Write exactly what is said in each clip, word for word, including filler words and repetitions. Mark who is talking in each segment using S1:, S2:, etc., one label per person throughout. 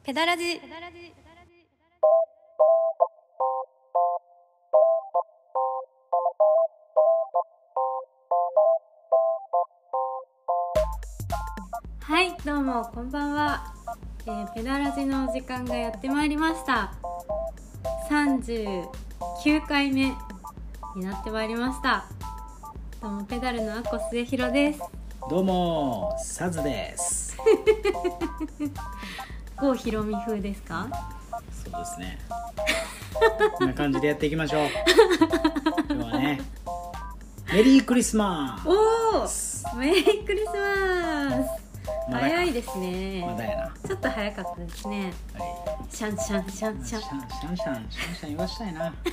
S1: ペダラジ。はい、どうもこんばんは、えー、ペダラジのお時間がやってまいりました。さんじゅうきゅうかいめになってまいりました。どうもペダルのアッコ末広です。
S2: どうもサズです
S1: 郷ひろみ風ですか？
S2: そうですねこんな感じでやっていきましょう今日はねメリークリスマス。
S1: おー、メリークリスマス。
S2: まだ
S1: 早いですね。
S2: まだやな。
S1: ちょっと早かったですね。
S2: はい、
S1: シャンシャンシャンシャン
S2: シャンシャンシャンシャンシャンシャン言わしたいな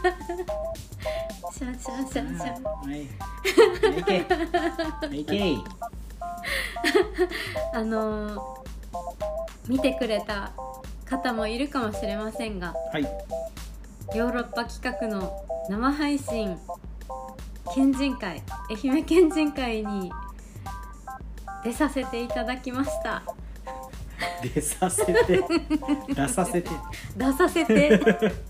S1: シャンシャンシャンシャン。
S2: はいいけいけ
S1: あのー、見てくれた方もいるかもしれませんが、
S2: はい、
S1: ヨーロッパ企画の生配信県人会、愛媛県人会に出させていただきました。
S2: 出させて出させて
S1: 出させて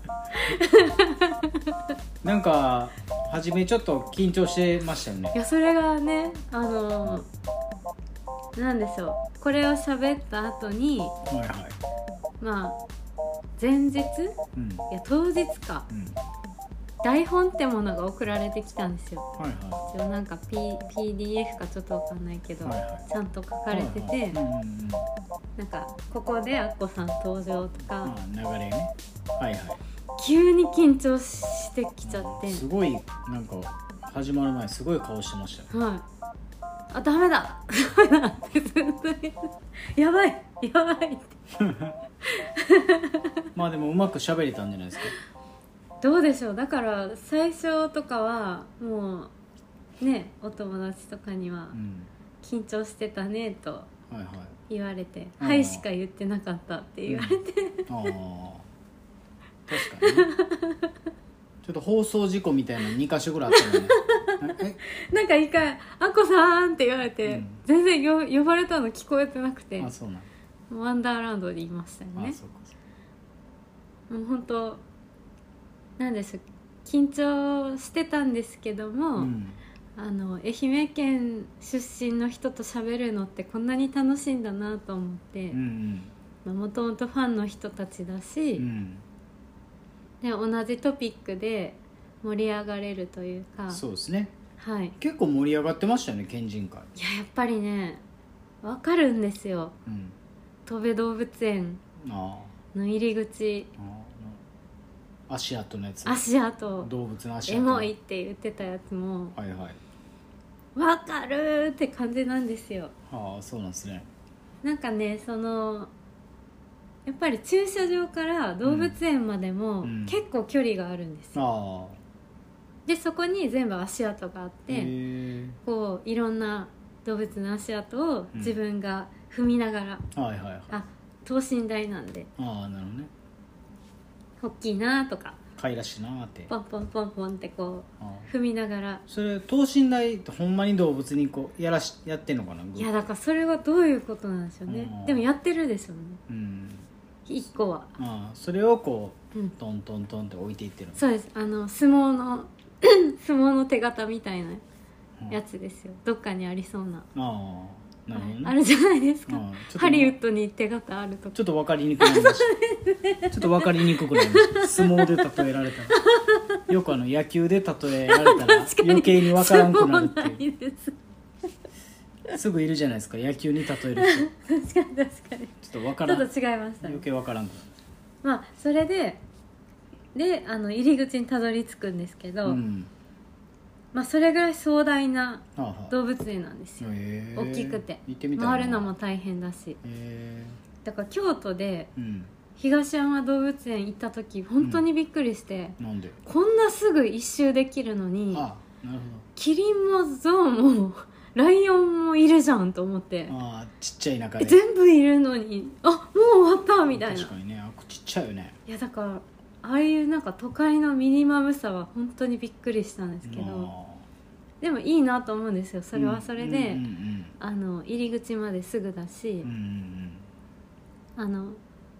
S2: なんか初めちょっと緊張してましたよね。
S1: いや、それがね、あのー、なんでしょう、これを喋った後に、
S2: はいはい、
S1: まあ前日、
S2: うん、
S1: いや当日か、
S2: うん、
S1: 台本ってものが送られてきたんですよ。
S2: はいは
S1: 一応なんか、P、ピーディーエフ かちょっとわかんないけど、
S2: はいはい、
S1: ちゃんと書かれてて、
S2: はいはい、うんうんうん、
S1: なんかここでアッコさん登場とか、
S2: あ流れね、はいはい、
S1: 急に緊張してきちゃって、
S2: すごいなんか始まる前すごい顔してましたよ。
S1: はい、あ、ダメだダメだってずっとやばいやばいって
S2: まあでもうまく喋れたんじゃないですか。
S1: どうでしょう。だから最初とかはもうね、お友達とかには
S2: うん、
S1: 緊張してたねと
S2: はいはい、
S1: 言われて、
S2: あー
S1: はいしか言ってなかったって言われて、
S2: うん、ああ確かに、ね、ちょっと放送事故みたいなにかしょぐらいあったよね
S1: なんか一回「あっこさん」って言われて、
S2: うん、
S1: 全然よ呼ばれたの聞こえてなくて、
S2: あそうなん
S1: ワンダーランドで言いましたよね。
S2: あそうかそう
S1: もう本当なんでしょう、緊張してたんですけども、
S2: か、うん、
S1: あの愛媛県出身の人と喋るのってこんなに楽しいんだなと思って、
S2: うん
S1: もともとファンの人たちだし、
S2: うん、
S1: で同じトピックで盛り上がれるというか、
S2: そうですね、
S1: はい、
S2: 結構盛り上がってましたよね県人会。
S1: いや、やっぱりね分かるんですよ。
S2: うん、
S1: とべ動物園
S2: あ
S1: の入り口、
S2: あ足跡のやつ、
S1: 足跡
S2: 動物の足跡、
S1: エモいって言ってたやつも
S2: はいはい、
S1: 分かるって感じなんですよ。
S2: ああそうなんですね。
S1: なんかね、そのやっぱり駐車場から動物園までも結構距離があるんですよ、
S2: ああ
S1: でそこに全部足跡があって、
S2: へ
S1: こういろんな動物の足跡を自分が踏みながら、
S2: え、はいはいはい、
S1: あ、等身大なんで
S2: ああなるほどね、
S1: 大きいなとか
S2: かいらしいなーって
S1: ポンポンポンポンってこ
S2: あ
S1: う踏みながら、
S2: それ等身大ってほんまに動物にこうやらしやってんのかな。
S1: いや、だからそれはどういうことなんでしょうね。
S2: うん
S1: でもやってるでしょうね、
S2: うん
S1: いっこは。
S2: ああそれをこう、
S1: うん、
S2: トントントンって置いていってるの。
S1: そうです。あの相撲の相撲の手形みたいなやつですよ、どっかにありそうな。
S2: ああなるほどね、
S1: あるじゃないですか、
S2: うんちょっと
S1: ハリウッドに手形あるとか。
S2: ちょっと分かりにくくなりましたちょっと分かりにくくなりました相撲で例えられたらよくあの野球で例えられたら余計に分からんくなるっていう。
S1: 相撲ないです
S2: すぐいるじゃないですか野球に例える
S1: 確かに確かに、
S2: 人ちょっと分からん、
S1: ちょっと違いましたね。
S2: 余計分からんくなる。
S1: まあそれでであの入り口にたどり着くんですけど、
S2: うん、
S1: まあそれぐらい壮大な
S2: はあはあ、
S1: 動物園なんですよ、
S2: へー
S1: 大きくて
S2: 行ってみたいな。
S1: 回るのも大変だし、
S2: へ
S1: だから京都で
S2: ーうん
S1: 東山動物園行った時本当にびっくりして、
S2: なんで
S1: こんなすぐ一周できるのに、
S2: あなるほ
S1: キリンもゾウもライオンもいるじゃんと思って、
S2: ど。あちっちゃい中で
S1: 全部いるのに、あ、もう終わったみたいな。
S2: 確かにね、あちっちゃいよね。
S1: いや、だからああいうなんか都会のミニマムさは本当にびっくりしたんですけど、
S2: あ
S1: でもいいなと思うんですよ。それはそれで、
S2: うんうんうん
S1: あの入り口まですぐだし、
S2: うんうん
S1: あの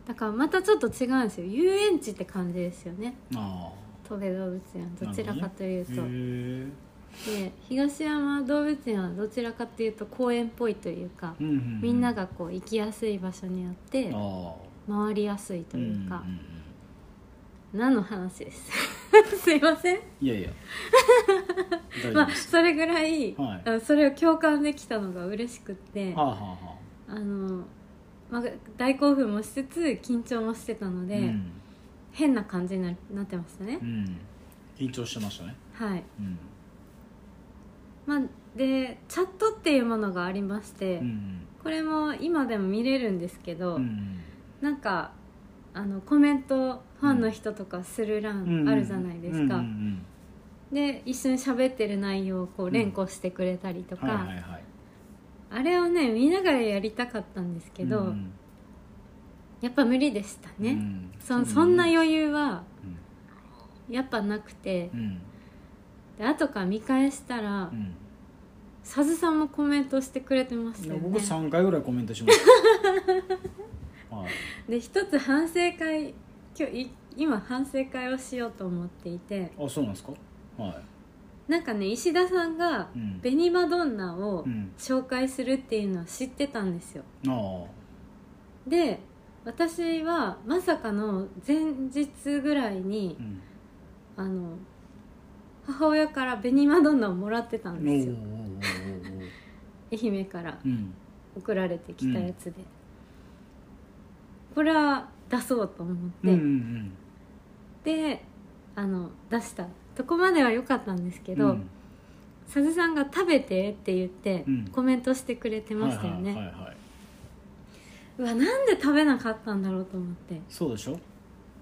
S1: だからまたちょっと違うんですよ。遊園地って感じですよね、
S2: あ
S1: 戸部動物園どちらかというと、
S2: なるほどね、へ
S1: で東山動物園はどちらかというと公園っぽいというか、
S2: え、うんうんうん、
S1: みんながこう行きやすい場所にあって
S2: あ
S1: 回りやすいというか、
S2: うんうんうん、
S1: 何の話ですすいません。
S2: いやいや大
S1: まあ
S2: 丈夫です、
S1: それぐらい、
S2: はい
S1: あのそれを共感できたのが嬉しくって、
S2: はあはあはあ、
S1: あの、まあ、大興奮もしつつ緊張もしてたので、
S2: うん
S1: 変な感じにななってましたね、
S2: うん、緊張してましたね、
S1: はい。
S2: うん
S1: まあ、でチャットっていうものがありまして、
S2: うん
S1: これも今でも見れるんですけど、
S2: うん、
S1: なんかあのコメントファンの人とかする欄あるじゃないですか、
S2: うんうん
S1: で一緒に喋ってる内容をこう連呼してくれたりとか、
S2: はいはいはい、
S1: あれをね見ながらやりたかったんですけど、
S2: うん
S1: やっぱ無理でしたね、
S2: うん、
S1: そそんな余裕は
S2: うん
S1: やっぱなくて、
S2: うん
S1: で後から見返したら、
S2: うん、
S1: さずさんもコメントしてくれてまし
S2: いや
S1: たよね。
S2: 僕さんかいぐらいコメントしましたはい、
S1: で一つ反省会今日い今反省会をしようと思っていて、
S2: あ、そうなんですか、は
S1: なんかね石田さんが
S2: い、うん、
S1: 紅マドンナを
S2: うん、
S1: 紹介するっていうのは知ってたんですよ。
S2: あ
S1: で私はまさかの前日ぐらいに
S2: あ、うん
S1: あの母親から紅マドンナをもらってたんですよ。愛媛から
S2: うん
S1: 送られてきたやつで、これは出そうと思って、
S2: うんうん
S1: であの出したとこまでは良かったんですけど、
S2: うん
S1: さずさんが食べてって言って
S2: うん
S1: コメントしてくれてましたよね、
S2: はいはいはいはい、
S1: うわなんで食べなかったんだろうと思って。
S2: そうでしょ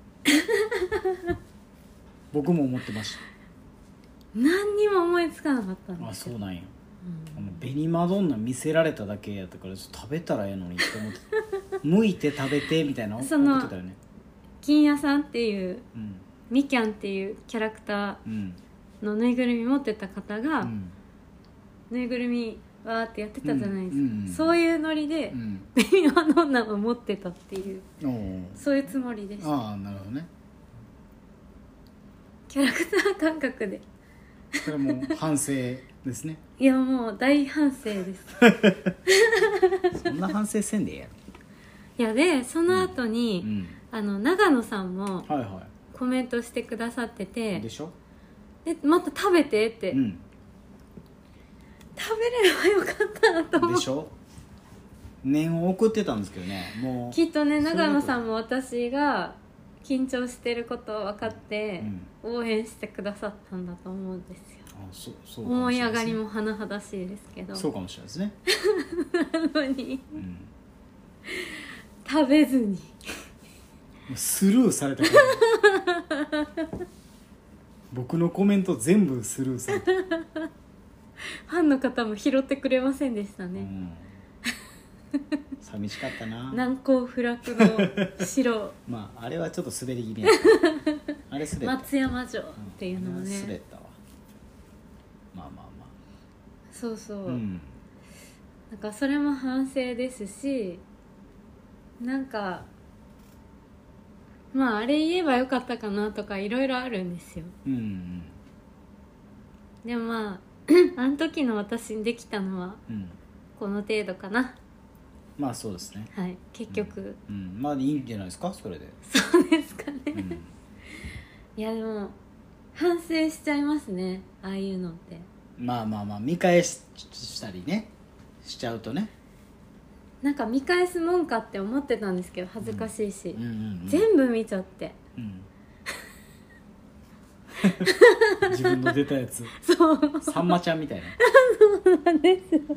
S2: 僕も思ってまし
S1: 何にも思いつかなかったん
S2: た。あ、
S1: ですよ。
S2: そうなんや、
S1: うん
S2: あの紅マドンナ見せられただけやったからちょっと食べたらええのにって思って剥いて食べてみたいな
S1: その
S2: 思ってたよね。
S1: 金谷さんっていう
S2: うん
S1: みきゃんっていうキャラクタ
S2: うん
S1: ーのぬいぐるみ持ってた方が、
S2: うん
S1: ぬいぐるみわーってやってたじゃないですか、
S2: うんうん
S1: そういうノリで
S2: うん
S1: 紅マドンナを持ってたっていう
S2: おー
S1: そういうつもりでした。
S2: ああ、なるほどね。
S1: キャラクター感覚で
S2: それはもう反省ですね。
S1: いやもう大反省です
S2: そんな反省せんでええやろ。
S1: いやでその後に、
S2: うん
S1: あの長野さんも
S2: はいは
S1: コメントしてくださって
S2: い。
S1: て
S2: でしょ。
S1: でまた食べてって、
S2: うん
S1: 食べればよかったなと思って。
S2: でしょ。念を送ってたんですけどね。もう
S1: きっとね
S2: それだと
S1: 長野さんも私が緊張してることを分かって、応援してくださったんだと思うんですよ。
S2: あ、そうそうかも
S1: 思い上が
S2: しれないですね。
S1: りも甚だしいですけど、
S2: そうかもしれないですね。
S1: なのに
S2: うん
S1: 食べずに
S2: もうスルーされたから僕のコメント全部スルーされた、
S1: ファンの方も拾ってくれませんでしたね、
S2: うん、寂しかったな。
S1: 難攻不落の城
S2: まああれはちょっと滑り気味やったあれ滑った
S1: 松山城っていうのも
S2: んあれは滑
S1: ね、
S2: ったわ。まあまあま
S1: そうそう、
S2: あ、うん
S1: なんかそれも反省ですし、なんかまああれ言えばよかったかなとかいろいろあるんですよ。
S2: うんうん
S1: でもまああの時の私にできたのは
S2: うん
S1: この程度かな。
S2: まあそうですね。
S1: はい結局、
S2: うん、まあいいんじゃないですかそれで、
S1: そうですかね、
S2: うん、
S1: いやでも反省しちゃいますね、ああいうのって。
S2: まあまあまあ見返ししたりねしちゃうとね、
S1: なんか見返すもんかって思ってたんですけど恥ずかしいし、
S2: うんうんうん、
S1: 全部見ちゃって
S2: うん自分の出たやつ
S1: そう
S2: さんまちゃんみたいな
S1: なんですよ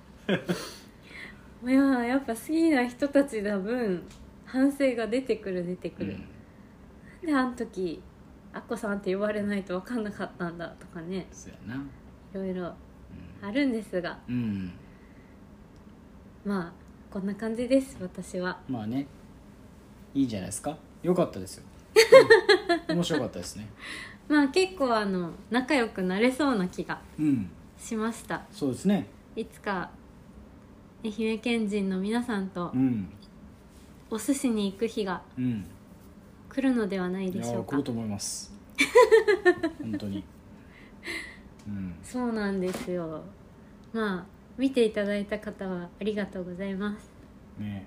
S1: いややっぱ好きな人たちだ分反省が出てくる出てくる、うん、であの時アッコさんって呼ばれないと分かんなかったんだとかね、
S2: そうやな、
S1: いろいろあるんですが、
S2: うん、
S1: まあこんな感じです私は。
S2: まあねいいんじゃないですか。よかったですよ、うん、面白かったですね。
S1: まあ結構あの仲良くなれそうな気が
S2: うん
S1: しました。
S2: そうですね。
S1: いつか愛媛県人の皆さんと
S2: うん
S1: お寿司に行く日が
S2: うん
S1: 来るのではない
S2: い
S1: でしょうか。
S2: や来ると思います本当にうん
S1: そうなんですよ。まあ見ていただいた方はありがとうございます。
S2: ね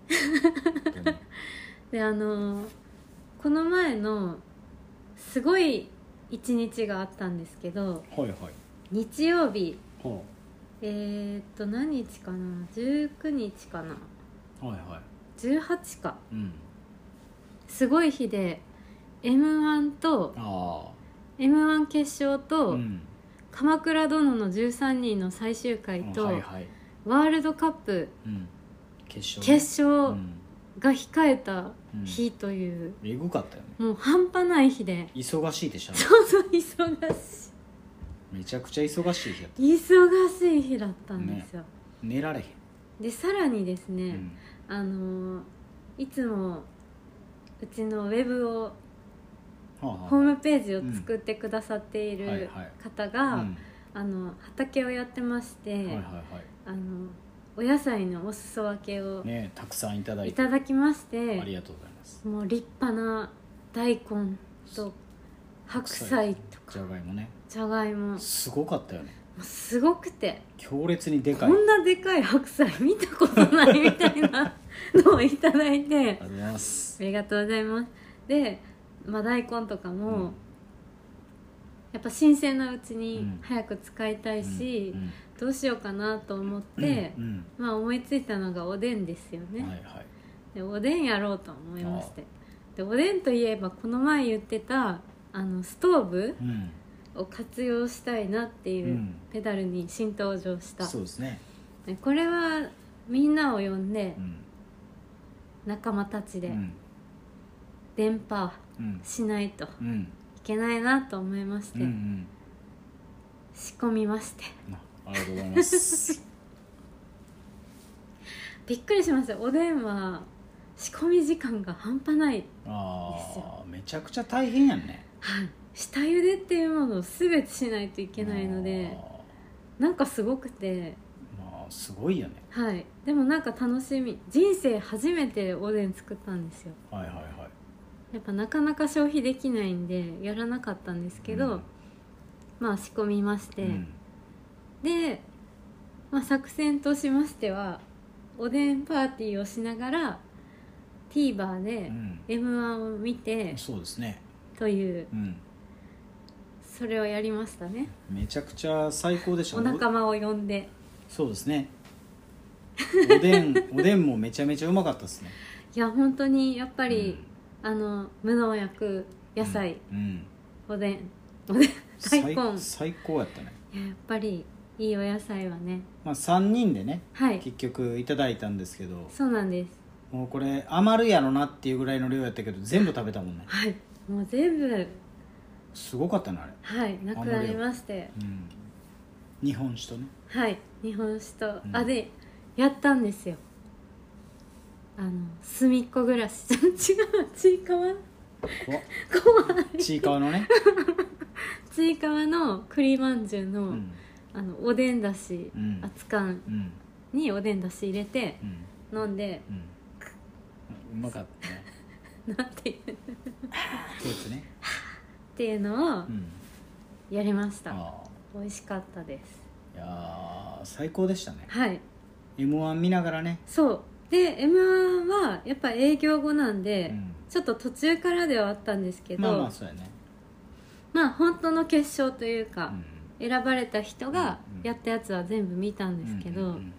S1: であのこの前のすごい一日があったんですけど、
S2: はいはい
S1: 日曜日
S2: は
S1: えー、っと何日かな、じゅうくにちかな、
S2: あはいはい
S1: じゅうはちか、
S2: うん
S1: すごい日で エムワン と
S2: あ
S1: エムワン 決勝
S2: あ
S1: と、
S2: うん
S1: 鎌倉殿のじゅうさんにんの最終回と、
S2: はいはい
S1: ワールドカップ
S2: うん決勝
S1: 決勝
S2: うん
S1: が控えた日という、
S2: えぐかったよね
S1: もう半端ない日で、
S2: 忙しいでしょ
S1: そうそう忙し
S2: めちゃくちゃ忙しい日やった
S1: い忙しい日だったんですよ、
S2: 寝られへん
S1: でさらにですね、
S2: うん
S1: あのいつもうちのウェブを
S2: はあはあ
S1: ホームページを作ってくださっている
S2: うんはいはい
S1: 方が、
S2: うん
S1: あの畑をやってまして、
S2: はいはいは
S1: あのお野菜のお裾分けを
S2: いねたくさんいただい
S1: い
S2: て
S1: ただきまし
S2: あ
S1: て、
S2: りがとうございます
S1: もう立派な大根と白菜とか
S2: じゃがいもね
S1: じゃがいも、も
S2: すごかったよね
S1: うすごくて、
S2: 強烈にでかい
S1: こんなでかい白菜見たことないみたいなのをいただいて
S2: ありがとうございます
S1: ありがとうございます。で、まあ、大根とかも、
S2: うん
S1: やっぱ新鮮なうちに
S2: うん
S1: 早く使いたいし、
S2: うん
S1: どうしようかなと思って、
S2: うん
S1: まあ、思いついたのがおでんですよね、
S2: うんはいはい
S1: でおでんやろうと思いまして、でおでんといえばこの前言ってたあのストーブ
S2: うん
S1: を活用したいなっていううんペダルに新登場した、
S2: そうですね
S1: でこれはみんなを呼んで
S2: うん
S1: 仲間たちで
S2: うん
S1: 電波
S2: うん
S1: しないとい
S2: うん
S1: けないなと思いまして、
S2: うんうん
S1: 仕込みまして、
S2: ありがとうございます
S1: びっくりしました。おでんは仕込み時間が半端ない、
S2: あ
S1: ですよ
S2: あめちゃくちゃ大変やんね
S1: はい下茹でっていうものを全てしないといけないので、なんかすごくて、
S2: あーまあすごいよね
S1: はい、でもなんか楽しみ、人生初めておでん作ったんですよ。
S2: はいはいはい
S1: やっぱなかなか消費できないんでやらなかったんですけど、
S2: うん
S1: まあ仕込みまして、
S2: うん
S1: で、まあ、作戦としましてはおでんパーティーをしながら TVer で
S2: うん
S1: エムワン を見て
S2: そうですね
S1: という、
S2: うん
S1: それをやりましたね。
S2: めちゃくちゃ最高でした
S1: お仲間を呼んで、
S2: そうですねおでんおでんもめちゃめちゃうまかったですね
S1: いや本当にやっぱり、あの無農薬野菜、
S2: うん
S1: おでんおでん大根、
S2: 最最高やったね、
S1: いややっぱりいいお野菜はね、
S2: まあ、さんにんでね
S1: はい
S2: 結局いただいたんですけど
S1: そうなんです、
S2: もうこれ余るやろなっていうぐらいの量やったけど全部食べたもんね
S1: はいもう全部
S2: すごかったねあれ、
S1: はいなくなりまして、
S2: うん、日本酒とね
S1: はい日本酒と、
S2: うん
S1: あでやったんですよ、あの隅っこ暮らし違うちいかわ
S2: 怖っ
S1: 怖い
S2: ちいかわのね、
S1: ちいかわの栗まんじゅうの,、
S2: うん
S1: あのおでんだし、
S2: うん
S1: 熱燗
S2: うん
S1: におでんだし入れて
S2: うん
S1: 飲んで、
S2: うん、うまかったね
S1: なんていうっ
S2: ってやつね、
S1: ていうのを
S2: うん、
S1: やりました、
S2: あ
S1: 美味しかったです。
S2: あいやー最高でしたね。
S1: はい
S2: エムワン 見ながらね、
S1: そうで エムワン はやっぱ営業後なんで、
S2: うん
S1: ちょっと途中からではあったんですけど、
S2: まあまあそうやね、
S1: まあ本当の決勝というか、
S2: うん
S1: 選ばれた人が
S2: うん
S1: やったやつは全部見たんですけど、
S2: うんうん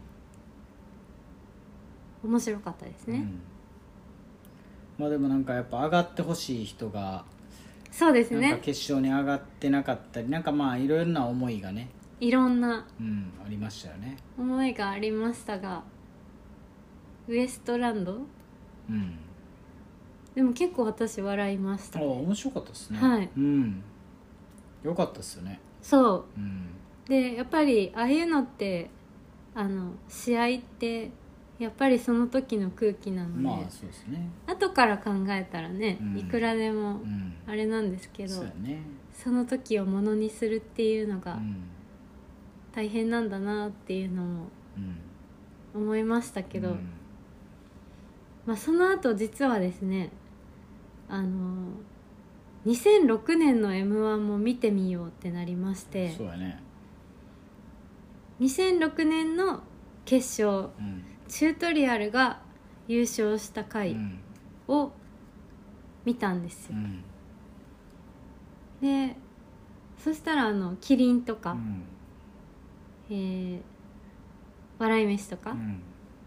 S1: 面白かったですね、
S2: うんまあでもなんかやっぱ上がってほしい人が
S1: そうです
S2: なんか
S1: ね、
S2: 決勝に上がってなかったり、なんかまあいろいろな思いがね、
S1: いろんな
S2: うん、ありましたよね。
S1: 思いがありましたが、ウエストランド
S2: うん
S1: でも結構私笑いました
S2: ああ面白かったですね。
S1: はい
S2: うんよかったですよね。
S1: そ
S2: うん
S1: うでやっぱりああいうのってあの試合ってやっぱりその時の空気なので、
S2: まあそうですね。
S1: 後から考えたらね、
S2: うん
S1: いくらでも
S2: うん
S1: あれなんですけど、
S2: そうやね。
S1: その時をものにするっていうのが
S2: うん
S1: 大変なんだなっていうのも
S2: うん
S1: 思いましたけど、
S2: うん
S1: まあ、その後実はですねあのにせんろくねんの エムワン も見てみようってなりまして、
S2: そうやね、
S1: にせんろくねんの決勝、
S2: うん、
S1: チュートリアルが優勝した回を見たんですよ、うん、でそしたらあのキリンとか、うん、えー、笑い飯とか、うん、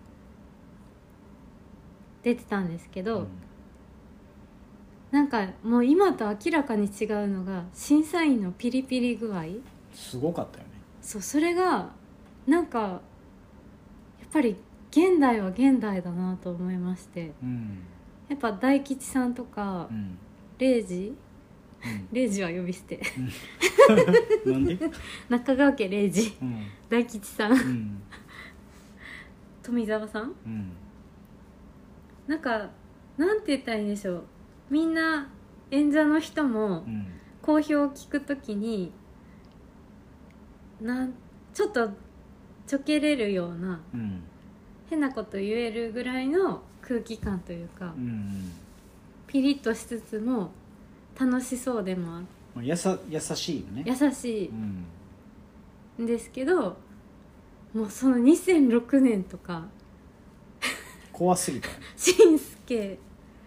S1: 出てたんですけど、うん、なんかもう今と明らかに違うのが審査員のピリピリ具合。
S2: すごかったよね。
S1: そう、それがなんかやっぱり現代は現代だなと思いまして、うん、やっぱ大吉さんとか、うん、レイジ、うん、レイジは呼び捨て、
S2: うん、なんで
S1: 中川家レイジ、うん、大吉さん、うん、富澤さん、うん、なんかなんて言ったらいいんでしょう、みんな演者の人も好評を聞くときになんちょっとちょけれるような、うん、変なこと言えるぐらいの空気感というか、うん、ピリッとしつつも楽しそうでもあ
S2: やさ優しいよね。
S1: 優しい、うん、んですけど、もうそのにせんろくねんとか
S2: 怖すぎた
S1: しんすけ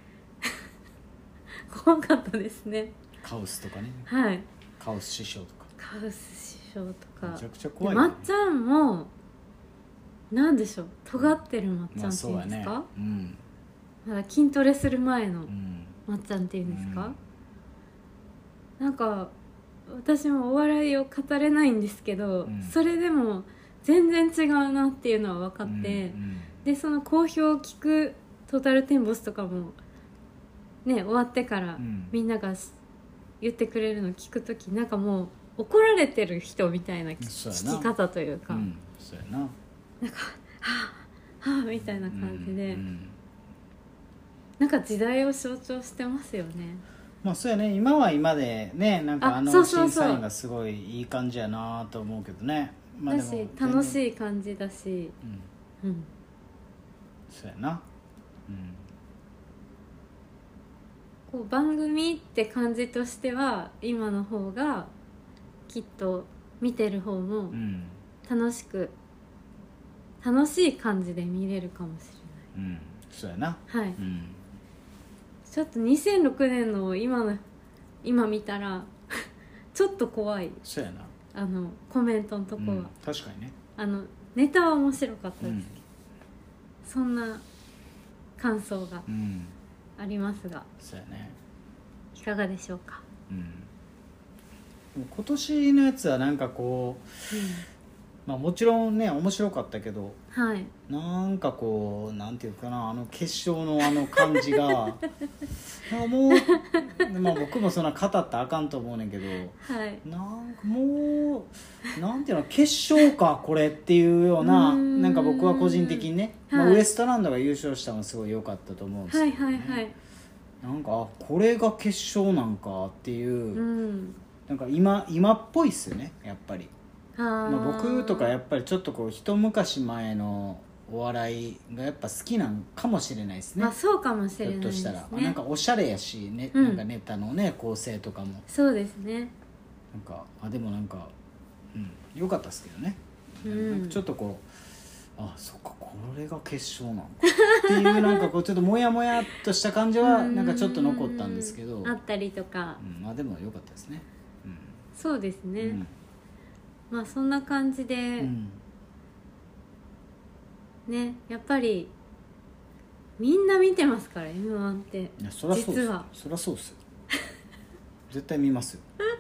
S1: 怖かったですね。
S2: カウスとかね、
S1: はい、
S2: カウス師匠とか
S1: カウス師匠とか
S2: めちゃくちゃ怖い、ね、
S1: まっちゃんもなんでしょう、尖ってるまっちゃんっていうんですか、まあそうやね、うん、まだ筋トレする前のまっちゃんっていうんですか、うん、なんか私もお笑いを語れないんですけど、うん、それでも全然違うなっていうのは分かって、うんうん、でその好評を聞くトータルテンボスとかもね、終わってからみんなが言ってくれるのを聞くとき、なんかもう怒られてる人みたいな聞き方というか、うん、そうやな、なんかはぁはぁみたいな感じで、うんうん、なんか時代を象徴してますよね。
S2: まあそうやね、今は今でね、なんかあの審査員がすごいいい感じやなと思うけどね、まあ、でも
S1: だし楽しい感じだし、うん、うん、
S2: そうやな、うん、
S1: こう番組って感じとしては今の方がきっと見てる方も楽しく、うん、楽しい感じで見れるかもしれない、うん、
S2: そうやな、
S1: はい、うん、ちょっとにせんろくねんの今の今見たらちょっと怖い。
S2: そうやな、
S1: あのコメントのとこは、うん、
S2: 確かにね、
S1: あのネタは面白かったですけど、うん、そんな感想がありますが、
S2: うん、そうやね、
S1: いかがでしょうか。うん、
S2: 今年のやつはなんかこう、うん、まあ、もちろんね面白かったけど、はい、なんかこうなんていうかな、あの決勝のあの感じがもう、まあ、僕もそんな語ったらあかんと思うねんけど、はい、なんかもうなんていうの、決勝かこれっていうような、なんか僕は個人的にね、はい、まあ、ウエストランドが優勝したのはすごい良かったと思うんですけど、ね、はいはいはい、なんかこれが決勝なんかっていう、うん、なんか 今, 今っぽいっすよねやっぱり。あ、まあ、僕とかやっぱりちょっとこう一昔前のお笑いがやっぱ好きなんかもしれないですね。
S1: まあそうかもしれないですね。
S2: ひょっとしたらなんかおしゃれやし、ね、うん、なんかネタのね構成とかも
S1: そうですね。
S2: なんかあでもなんか、うん、良かったですけどね、うん、なんかちょっとこうあそっかこれが決勝なのかっていうなんかこうちょっとモヤモヤっとした感じはなんかちょっと残ったんですけど
S1: あったりとか、
S2: うん、まあでも良かったですね、うん、
S1: そうですね、うん、まあそんな感じで、うん、ね、やっぱりみんな見てますから エムワン って。いやそりゃそうです、実は
S2: そりゃそうですよ絶対見ますよ、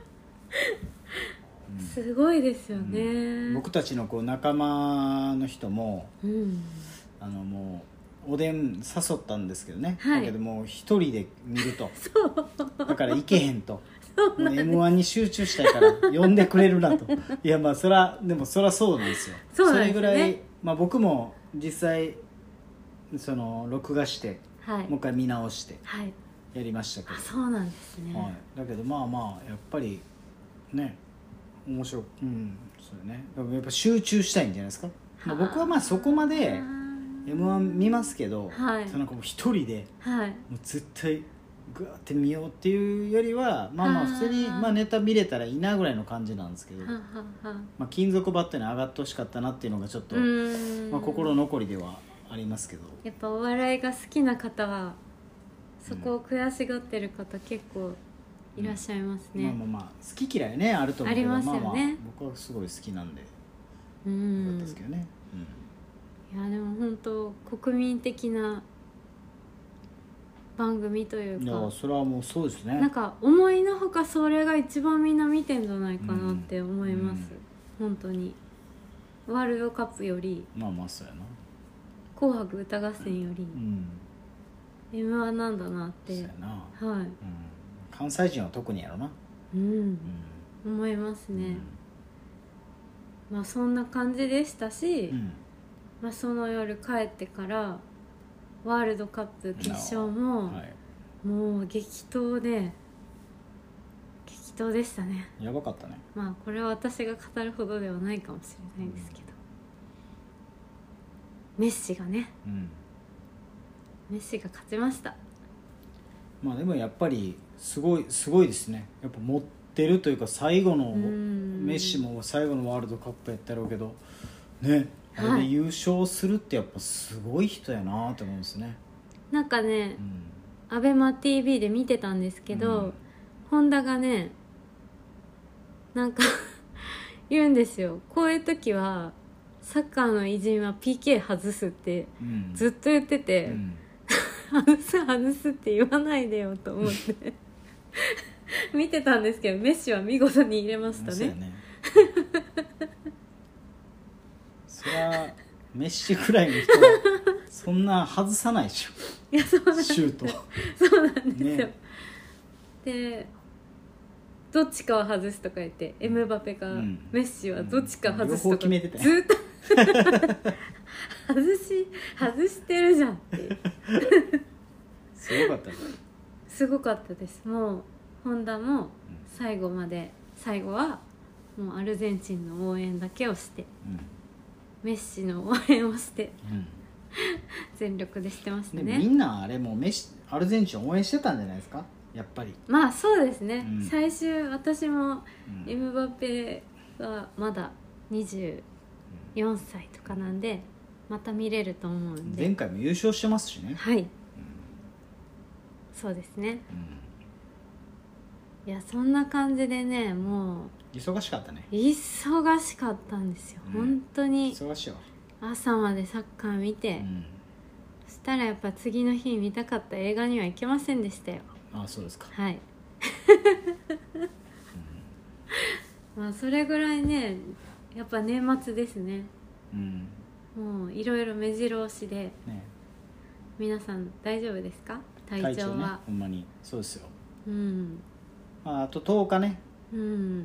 S1: うん、すごいですよね、
S2: うん、僕たちのこう仲間の人も、うん、あのもうおでん誘ったんですけどね、はい、だけどもう一人で見るとそうだから行けへんとエムワン に集中したいから呼んでくれるなといやまあそらでもそらそうなんですよ。そうなんですね。それぐらい、まあ、僕も実際その録画して、はい、もう一回見直してやりましたけど、はい、
S1: あそうなんですね、
S2: はい、だけどまあまあやっぱりね面白い、うんそうね、やっぱ集中したいんじゃないですか。まあ、僕はまあそこまでエムワン 見ますけど、
S1: はい、
S2: なんかもう一人で、
S1: はい、
S2: もう絶対グワーって見ようっていうよりはまあまあ普通にまあネタ見れたらいいなぐらいの感じなんですけど、
S1: ははは
S2: まあ、金属バットに上がってほしかったなっていうのがちょっと、まあ、心残りではありますけど、
S1: やっぱお笑いが好きな方はそこを悔しがってる方結構いらっしゃいますね、
S2: うん、まあまあまあ好き嫌いねあると思うけど、
S1: ありますよね、
S2: まあまあ僕はすごい好きなんで
S1: うん
S2: よかったですけどね、
S1: うん、いやでも本当国民的な番組というか、
S2: いやそれはもうそうですね、
S1: なんか思いのほかそれが一番みんな見てんじゃないかなって思います、うん、本当にワールドカップより、
S2: まあまあそうやな、
S1: 紅白歌合戦より、
S2: うん、
S1: エムワン なんだなって
S2: そうやな、
S1: はい、うん、
S2: 関西人は特にやろな、
S1: うん、うん、思いますね、うん、まあそんな感じでしたし、うん、まあ、その夜帰ってからワールドカップ決勝も、はい、もう激闘で激闘でしたね。
S2: やばかったね。
S1: まあこれは私が語るほどではないかもしれないですけど、うん、メッシがね、うん、メッシが勝ちました。
S2: まあでもやっぱりすごいすごいですね。やっぱ持ってるというか、最後のメッシも最後のワールドカップやったろうけどね、あれで優勝するってやっぱすごい人やなって思うんですね。
S1: なんかね、うん、アベマ ティーブイ で見てたんですけど、うん、本田がねなんか言うんですよ。こういう時はサッカーの偉人は ピーケー 外すってずっと言ってて、うん、外す外すって言わないでよと思って見てたんですけど、メッシは見事に入れましたね。そうやね
S2: そりゃメッシぐらいの人はそんな外さないでしょ。
S1: いや、そうなんです。
S2: シュート
S1: そうなんですよ、ね、でどっちかは外すとか言って、エムバペが、うん、メッシはどっちか外すとか、
S2: 決めてた
S1: ずっと外し外してるじゃんって
S2: すごかった
S1: すごかったです。もう本田も最後まで、最後はもうアルゼンチンの応援だけをして、うん、メッシの応援をして、うん、全力でしてましたね。
S2: みんなあれもメッシアルゼンチンを応援してたんじゃないですか、やっぱり。
S1: まあそうですね、うん、最終私もエムバペがまだにじゅうよんさいとかなんで、また見れると思うんで。
S2: 前回も優勝してますしね。
S1: はい、うん、そうですね、うん、いやそんな感じでね、も
S2: う忙しかったね。
S1: 忙しかったんですよ、うん、本当に
S2: 忙しいわ。朝
S1: までサッカー見て、うん、そしたらやっぱ次の日見たかった映画には行けませんでしたよ。
S2: ああ、そうですか。
S1: はい、うん、まあそれぐらいね、やっぱ年末ですね、うん、もういろいろ目白押しで、ね、皆さん大丈夫ですか、体調は。体調ね、
S2: ほんまにそうですよ、
S1: うん、
S2: まあ、あととおかね、うん、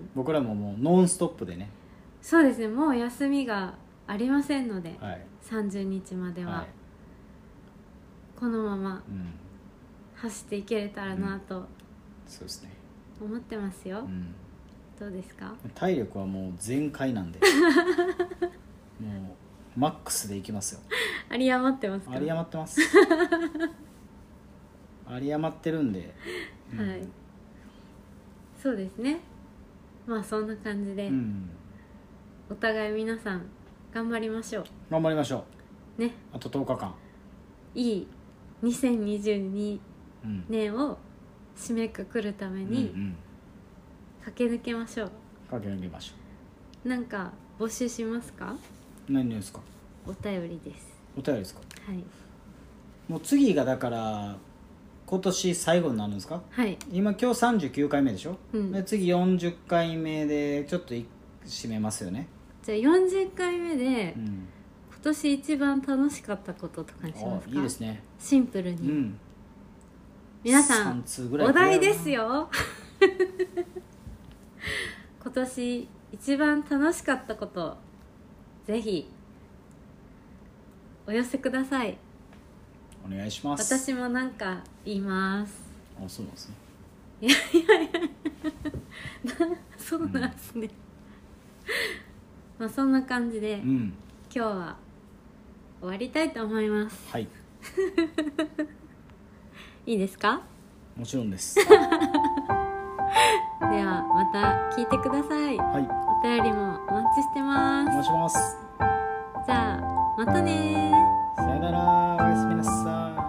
S2: 僕らももうノンストップでね。
S1: そうですね、もう休みがありませんので、はい、さんじゅうにちまでは、はい、このまま、うん、走っていけれたらなと、うん、
S2: そうですね、
S1: 思ってますよ、うん、どうですか。
S2: 体力はもう全開なんでもうマックスでいきますよ。
S1: 有り余ってますか。
S2: 有り余ってます有り余ってるんで、
S1: うん、はい、そうですね。まあそんな感じで、うん、お互い皆さん頑張りましょう。
S2: 頑張りましょ
S1: うね。
S2: あととおかかん、
S1: いいにせんにじゅうにねんを締めくくるために、うんうん、駆け抜けましょう。
S2: 駆け抜けましょ
S1: う。なんか募集しますか。
S2: 何ですか。
S1: お便りです。
S2: お便りですか。
S1: はい。
S2: もう次がだから今年最後になるんですか。
S1: はい。
S2: 今今日さんじゅうきゅうかいめでしょ、うん、で次よんじゅっかいめでちょっと締めますよね。
S1: じゃあよんじゅっかいめで、うん、今年一番楽しかったこととかにしますか。
S2: いいですね。
S1: シンプルに、うん、皆さんお題ですよ今年一番楽しかったこと、ぜひお寄せください。
S2: お願いします。
S1: 私もなんか言います。
S2: あ、そうなんですね。
S1: いやいやいやそうなんですね、うん、まあそんな感じで、うん、今日は終わりたいと思います。
S2: はい
S1: いいですか？
S2: もちろんです
S1: ではまた聞いてください。
S2: はい、
S1: お便りもお待ちしてます。
S2: お待ちしてます。
S1: じゃあまたね。
S2: さよなら、おやすみなさい。